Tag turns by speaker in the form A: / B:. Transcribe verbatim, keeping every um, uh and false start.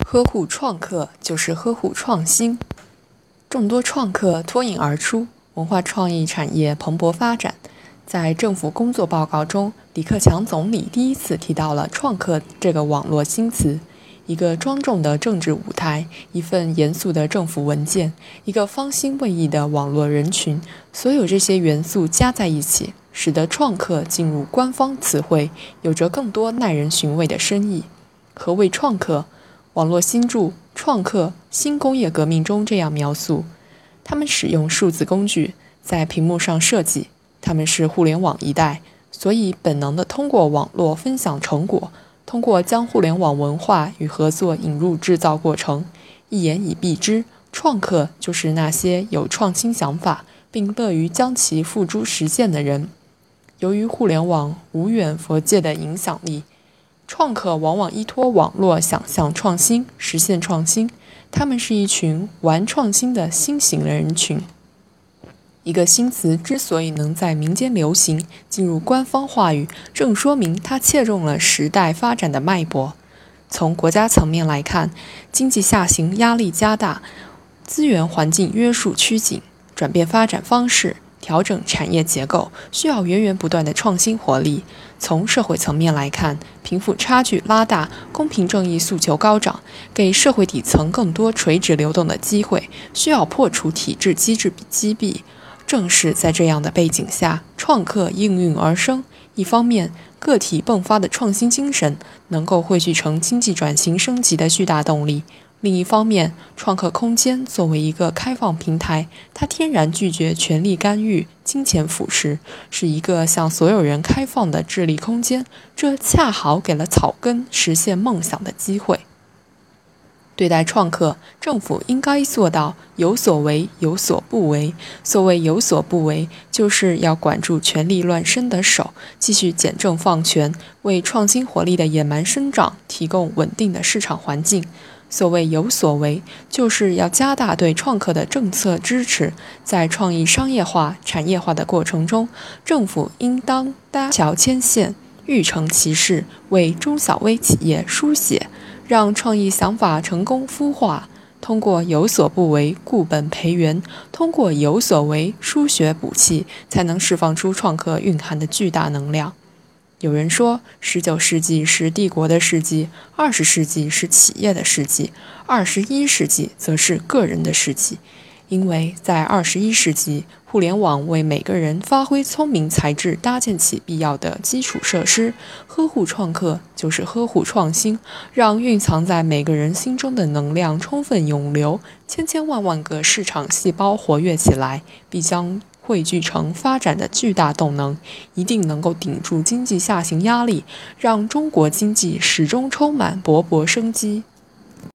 A: 呵护创客就是呵护创新。众多创客脱颖而出，文化创意产业蓬勃发展。在政府工作报告中，李克强总理第一次提到了创客这个网络新词。一个庄重的政治舞台，一份严肃的政府文件，一个方兴未艾的网络人群，所有这些元素加在一起，使得创客进入官方词汇，有着更多耐人寻味的深意。何谓创客？网络新著《创客：新工业革命》中这样描述：他们使用数字工具在屏幕上设计，他们是互联网一代，所以本能地通过网络分享成果，通过将互联网文化与合作引入制造过程。一言以蔽之，创客就是那些有创新想法并乐于将其付诸实践的人。由于互联网无远弗届的影响力，创客往往依托网络想象创新，实现创新。他们是一群玩创新的新型人群。一个新词之所以能在民间流行，进入官方话语，正说明它切中了时代发展的脉搏。从国家层面来看，经济下行压力加大，资源环境约束趋紧，转变发展方式，调整产业结构，需要源源不断的创新活力。从社会层面来看，贫富差距拉大，公平正义诉求高涨，给社会底层更多垂直流动的机会，需要破除体制机制积弊。正是在这样的背景下，创客应运而生。一方面，个体迸发的创新精神能够汇聚成经济转型升级的巨大动力。另一方面，创客空间作为一个开放平台，它天然拒绝权力干预、金钱腐蚀，是一个向所有人开放的智力空间，这恰好给了草根实现梦想的机会。对待创客，政府应该做到有所为有所不为。所谓有所不为，就是要管住权力乱伸的手，继续简政放权，为创新活力的野蛮生长提供稳定的市场环境。所谓有所为，就是要加大对创客的政策支持。在创意商业化、产业化的过程中，政府应当搭桥牵线，欲成其事，为中小微企业书写，让创意想法成功孵化。通过有所不为固本培元，通过有所为输血补气，才能释放出创客蕴含的巨大能量。有人说，十九世纪是帝国的世纪，二十世纪是企业的世纪，二十一世纪则是个人的世纪。因为在二十一世纪，互联网为每个人发挥聪明才智搭建起必要的基础设施。呵护创客就是呵护创新，让蕴藏在每个人心中的能量充分涌流，千千万万个市场细胞活跃起来，必将汇聚成发展的巨大动能，一定能够顶住经济下行压力，让中国经济始终充满勃勃生机。